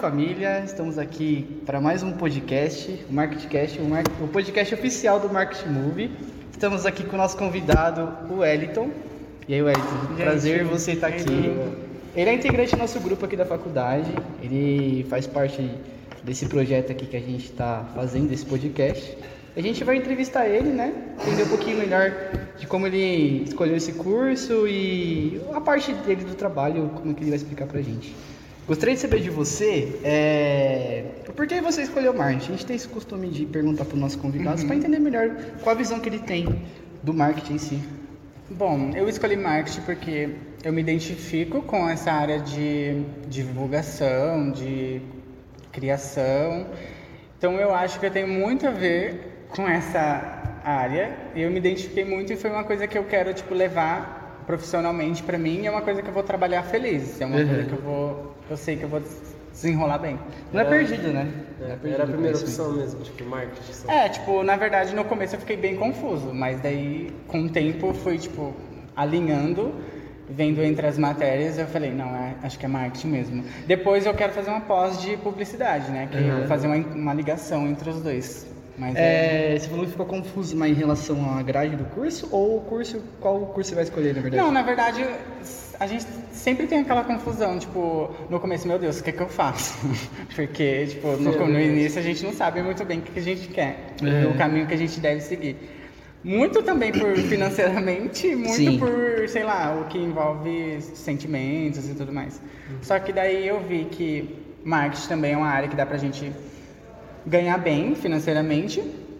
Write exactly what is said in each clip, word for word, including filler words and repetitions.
família, estamos aqui para mais um podcast, o MarketCast, o, Mar... o podcast oficial do Market Move. Estamos aqui com o nosso convidado, o Wellington. E aí, Wellington, prazer gente, você estar aqui. Ele é integrante do nosso grupo aqui da faculdade, ele faz parte desse projeto aqui que a gente está fazendo, desse podcast. A gente vai entrevistar ele, né? Entender um pouquinho melhor de como ele escolheu esse curso e a parte dele do trabalho, como é que ele vai explicar pra gente. Gostaria de saber de você, é... por que você escolheu marketing? A gente tem esse costume de perguntar para os nossos convidados uhum. para entender melhor qual a visão que ele tem do marketing em si. Bom, eu escolhi marketing porque eu me identifico com essa área de divulgação, de criação. Então eu acho que eu tenho muito a ver com essa área e eu me identifiquei muito e foi uma coisa que eu quero tipo levar profissionalmente para mim e é uma coisa que eu vou trabalhar feliz, é uma uhum. coisa que eu vou, eu sei que eu vou desenrolar bem. Não é, é perdido, né? É, é perdido, era a primeira opção mesmo, tipo marketing. Só. É, tipo, na verdade no começo eu fiquei bem confuso, mas daí com o tempo eu fui tipo alinhando, vendo entre as matérias, eu falei, não, é, acho que é marketing mesmo. Depois eu quero fazer uma pós de publicidade, né, que uhum. fazer uma, uma ligação entre os dois. Mas é, é... Você falou que ficou confuso mas em relação à grade do curso ou o curso, qual curso você vai escolher, na verdade? Não, na verdade, a gente sempre tem aquela confusão, tipo, no começo, meu Deus, o que é que eu faço? Porque, tipo, no, no início a gente não sabe muito bem o que a gente quer, é. o caminho que a gente deve seguir. Muito também por financeiramente, muito Sim. por, sei lá, o que envolve sentimentos e tudo mais. Uhum. Só que daí eu vi que marketing também é uma área que dá pra gente ganhar bem financeiramente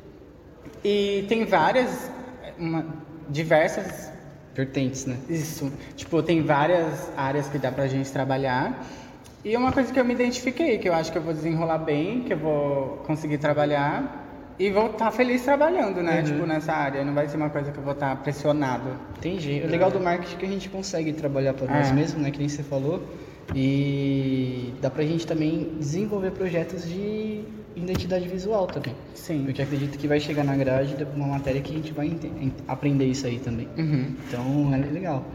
e tem várias, uma, diversas vertentes, né? Isso, tipo, tem várias áreas que dá pra gente trabalhar e é uma coisa que eu me identifiquei, que eu acho que eu vou desenrolar bem, que eu vou conseguir trabalhar e vou estar feliz trabalhando, né? Uhum. Tipo, nessa área, não vai ser uma coisa que eu vou estar pressionado. Entendi. O legal do marketing é que a gente consegue trabalhar para nós é. mesmos, né? Que nem você falou, e dá pra gente também desenvolver projetos de identidade visual também. Sim. Porque eu acredito que vai chegar na grade de uma matéria que a gente vai aprender isso aí também. Uhum. Então, é legal.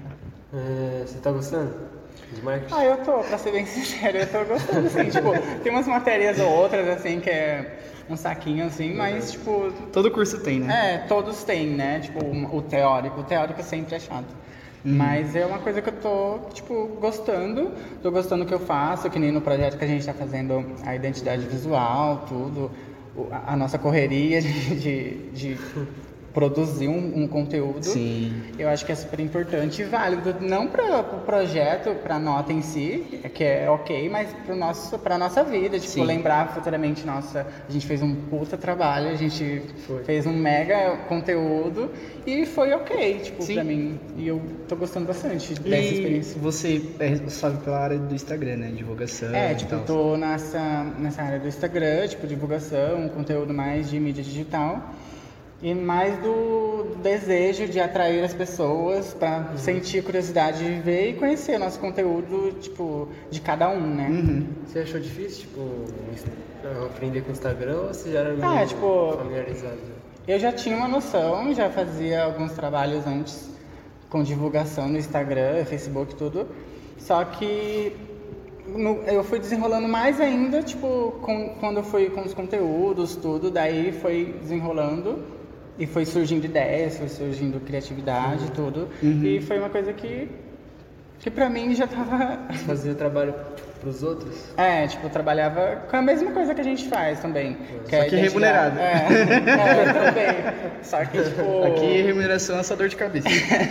É, você tá gostando de marketing? Ah, eu tô, pra ser bem sincero, eu tô gostando, assim, tipo, tem umas matérias ou outras, assim, que é um saquinho, assim, mas, tipo... Todo curso tem, né? É, todos têm, né? Tipo, o teórico, o teórico sempre é chato. Hum. Mas é uma coisa que eu tô, tipo, gostando. Tô gostando do que eu faço, que nem no projeto que a gente tá fazendo a identidade visual, tudo. A, a nossa correria de, de, de produzir um, um conteúdo. Sim. Eu acho que é super importante e válido. Não para o pro projeto, para a nota em si, que é ok, mas para a nossa vida. Tipo, Sim. lembrar futuramente, nossa, a gente fez um puta trabalho, a gente foi. fez um mega conteúdo e foi ok, tipo, Sim. pra mim. E eu tô gostando bastante dessa e experiência. Você é responsável pela área do Instagram, né? Divulgação. É, tipo, eu tô nessa, nessa área do Instagram, tipo, divulgação, conteúdo mais de mídia digital. E mais do desejo de atrair as pessoas para uhum. sentir curiosidade de ver e conhecer o nosso conteúdo, tipo, de cada um, né? Uhum. Você achou difícil, tipo, aprender com o Instagram ou você já era meio ah, tipo, familiarizado? Eu já tinha uma noção, já fazia alguns trabalhos antes com divulgação no Instagram, Facebook, tudo. Só que no, eu fui desenrolando mais ainda, tipo, com, quando eu fui com os conteúdos, tudo, daí foi desenrolando. E foi surgindo ideias, foi surgindo criatividade, uhum. tudo. Uhum. E foi uma coisa que, que pra mim já tava... Você fazia trabalho pros outros? É, tipo, eu trabalhava com a mesma coisa que a gente faz também. É. Que Só é que remunerado. É, é, também. Só que, tipo... Aqui remuneração é só dor de cabeça.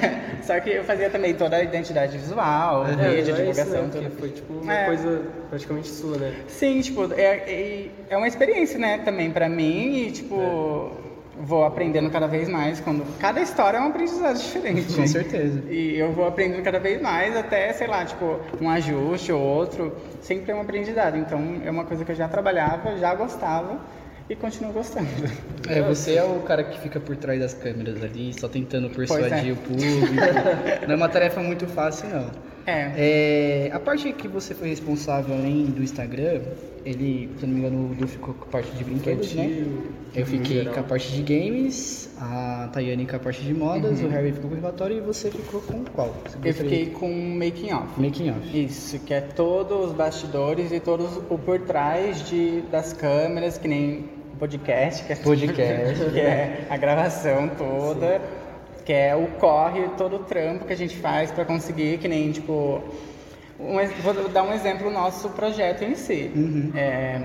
Só que eu fazia também toda a identidade visual, é, mídia, é divulgação, isso, né? tudo. Foi, tipo, uma é. coisa praticamente sua, né? Sim, tipo, é, é, é uma experiência, né, também pra mim e, tipo... É. Vou aprendendo cada vez mais, quando cada história é um aprendizado diferente. Com certeza. E eu vou aprendendo cada vez mais, até, sei lá, tipo, um ajuste ou outro, sempre é um aprendizado. Então, é uma coisa que eu já trabalhava, já gostava e continuo gostando. É, você é o cara que fica por trás das câmeras ali, só tentando persuadir é. o público. Não é uma tarefa muito fácil, não. É. É, a parte que você foi responsável além do Instagram, ele, se não me engano, o Du ficou com a parte de brinquedos, né? Eu fiquei com a parte de games, a Tayane com a parte de modas, Uhum. o Harry ficou com o relatório e você ficou com qual? Você Eu gostaria- fiquei com making off. Making off. Isso, que é todos os bastidores e todos o por trás de, das câmeras, que nem o podcast, que é, Podcast. que é a gravação toda, que é o corre, todo o trampo que a gente faz para conseguir, que nem, tipo... Um, ex- vou dar um exemplo do nosso projeto em si. Uhum. É,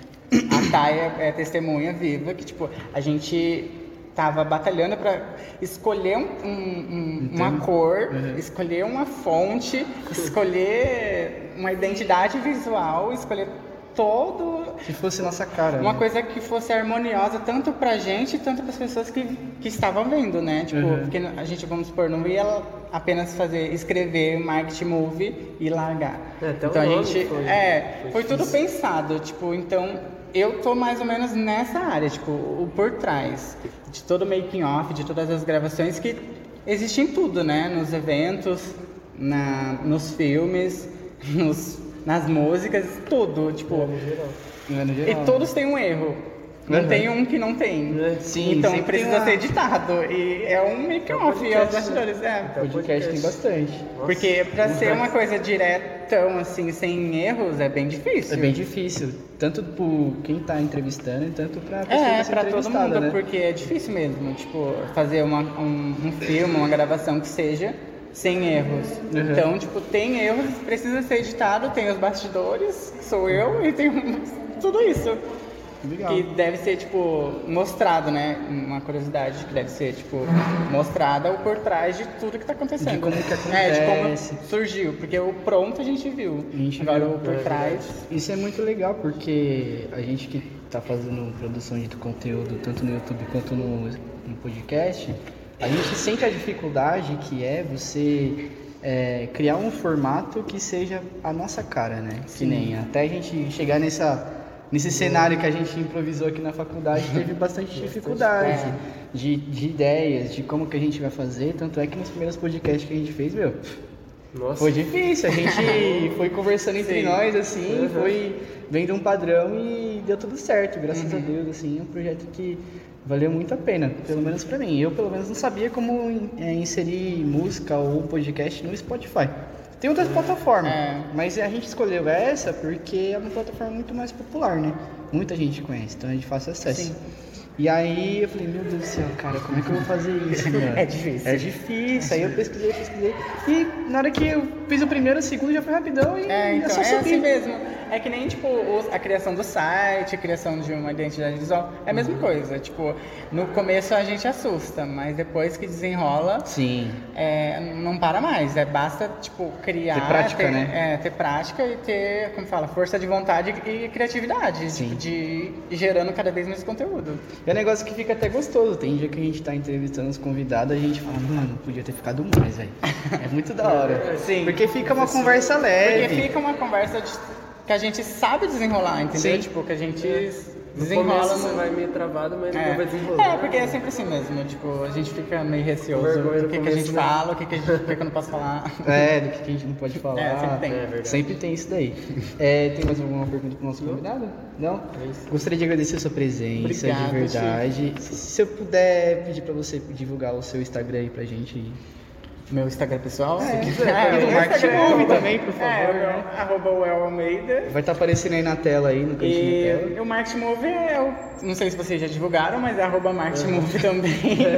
a Thay é testemunha viva, que, tipo, a gente tava batalhando para escolher um, um- um- uma Entendo. cor, Uhum. escolher uma fonte, escolher uma identidade visual, escolher todo Que fosse nossa cara. uma né? coisa que fosse harmoniosa tanto pra gente, tanto para as pessoas que, que estavam vendo, né? Tipo, Uhum. porque a gente, vamos supor, não ia apenas fazer, escrever marketing movie e largar. É, até o então a nome gente, foi- é, foi foi tudo difícil. pensado, tipo, então eu tô mais ou menos nessa área, tipo, o por trás de todo o making off, de todas as gravações que existem em tudo, né? Nos eventos, na, nos filmes, nos, nas músicas, tudo, tipo, No geral. Não é no e geral. todos têm um erro. Não Uhum. tem um que não tem. É, sim, então sempre precisa tem uma- ser editado. E é um make-off, e é os podcast, bastidores, né? é. Então, Podcast tem bastante. Nossa. Porque pra ser uma coisa diretão, assim, sem erros, é bem difícil. É bem difícil, tanto por quem tá entrevistando, e tanto pra pessoa É, que tá sendo pra todo entrevistada, mundo, né? porque é difícil mesmo, tipo, fazer uma, um, um filme, uma gravação que seja sem erros. Uhum. Então, tipo, tem erros, precisa ser editado, tem os bastidores, sou eu, e tem tudo isso. Legal. Que deve ser, tipo, mostrado, né? Uma curiosidade que deve ser, tipo, mostrada o por trás de tudo que tá acontecendo. De como que É, de acontece. como surgiu. Porque o pronto a gente viu. A gente Agora viu, o por é trás. Isso é muito legal porque a gente que tá fazendo produção de conteúdo tanto no YouTube quanto no, no podcast, a gente sente a dificuldade que é você é, criar um formato que seja a nossa cara, né? Que Sim. nem até a gente chegar nessa, nesse cenário que a gente improvisou aqui na faculdade, teve bastante dificuldade É. de, de ideias, de como que a gente vai fazer, tanto é que nos primeiros podcasts que a gente fez, meu, Nossa. foi difícil, a gente foi conversando entre Sim. nós, assim, Uhum. foi vendo um padrão e deu tudo certo, graças Uhum. a Deus, assim, é um projeto que valeu muito a pena, pelo menos pra mim. Eu, pelo menos, não sabia como é, inserir música ou podcast no Spotify. Tem outras plataformas, É. mas a gente escolheu essa porque é uma plataforma muito mais popular, né? Muita gente conhece, então é de fácil acesso. Sim. E aí eu falei, meu Deus do céu, cara, como é que eu vou fazer isso, mano? É difícil. É difícil. Aí eu pesquisei, pesquisei. E na hora que eu fiz o primeiro, o segundo já foi rapidão e É, é então, só é subir. assim mesmo. É que nem, tipo, os- a criação do site, a criação de uma identidade visual. É a mesma coisa. Tipo, no começo a gente assusta, mas depois que desenrola, Sim. é, não para mais. É, basta, tipo, criar... Ter prática, ter, né? É, ter prática e ter, como fala, força de vontade e criatividade. Sim. Tipo, de ir gerando cada vez mais conteúdo. É um negócio que fica até gostoso. Tem dia que a gente tá entrevistando os convidados, a gente fala, mano, podia ter ficado mais, velho. É muito da hora. Sim. Porque fica uma conversa leve. Porque fica uma conversa de- que a gente sabe desenrolar, entendeu? Sim. Tipo, que a gente No desenrola começo no... você vai meio travado, mas É. depois vai desenrolando. É, porque é sempre assim mesmo, tipo, a gente fica meio receoso Vergonha do no que, que a começo, gente né? fala, o que, que, a gente, o que, que eu não posso falar. É, do que a gente não pode falar. É, sempre tem. É verdade. Sempre tem isso daí. É, tem mais alguma pergunta pro nosso convidado? Não? É isso. Gostaria de agradecer a sua presença, Obrigado, de verdade. Se eu puder pedir pra você divulgar o seu Instagram aí pra gente. Meu Instagram pessoal, É, se e quiser. do meu Marketing Instagram Move também, por favor, É, né? o- arroba Well Almeida. Vai estar aparecendo aí na tela aí, no cantinho E da tela. o Marketing Move é o... Não sei se vocês já divulgaram, mas é arroba Marketing Move também.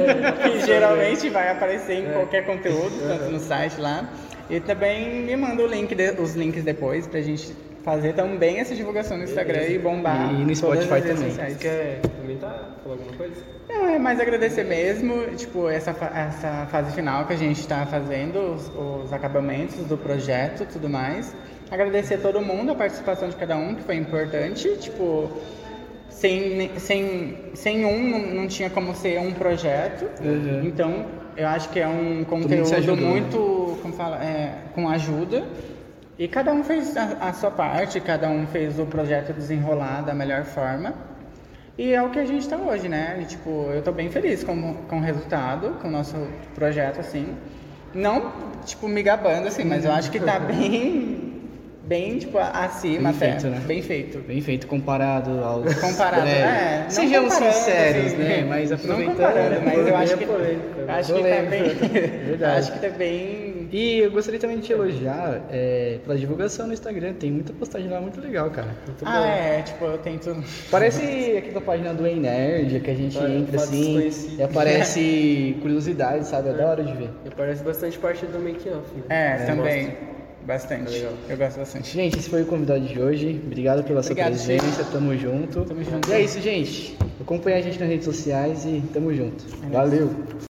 que geralmente vai aparecer em qualquer conteúdo, tanto no site lá. E também me manda o link de- os links depois pra gente fazer também essa divulgação no Instagram e bombar. E no todas Spotify as redes também. sociais. Você quer comentar? Falar alguma coisa? Não, é mais agradecer mesmo, tipo, essa, fa- essa fase final que a gente está fazendo, os, os acabamentos do projeto e tudo mais. Agradecer a todo mundo, a participação de cada um, que foi importante, tipo, sem, sem, sem um não, não tinha como ser um projeto. Uhum. Então, eu acho que é um mundo se conteúdo ajudou, né? muito, como fala, é, com ajuda. E cada um fez a, a sua parte, cada um fez o projeto desenrolar da melhor forma. E é o que a gente está hoje, né? E, tipo, eu tô bem feliz com, com o resultado, com o nosso projeto, assim. Não, tipo, me gabando, assim, mas eu acho que tá bem, bem, tipo, acima Bem até. feito, né? Bem feito. Bem feito comparado aos. Comparado, é. não Sejamos comparando, sinceros, assim, né? Mas Não aproveitando. comparando, mas eu acho É que, polêmica, né? acho que tá bem... Verdade. Acho que tá bem... E eu gostaria também de te elogiar é, pela divulgação no Instagram. Tem muita postagem lá muito legal, cara. Muito Ah, bom. é, tipo, eu tento... Parece aqui da página do Ei Nerd, que a gente Olha, entra fatos assim desconhecidos. e aparece curiosidades, sabe? É da hora de ver. E parece bastante parte do make-off. Né? É, também. Mostra. Bastante. Tá legal. Eu gosto bastante. Gente, esse foi o convidado de hoje. Obrigado pela Obrigado, sua presença. Tamo junto. Tamo junto. E é isso, gente. Acompanhe a gente nas redes sociais e tamo junto. Valeu!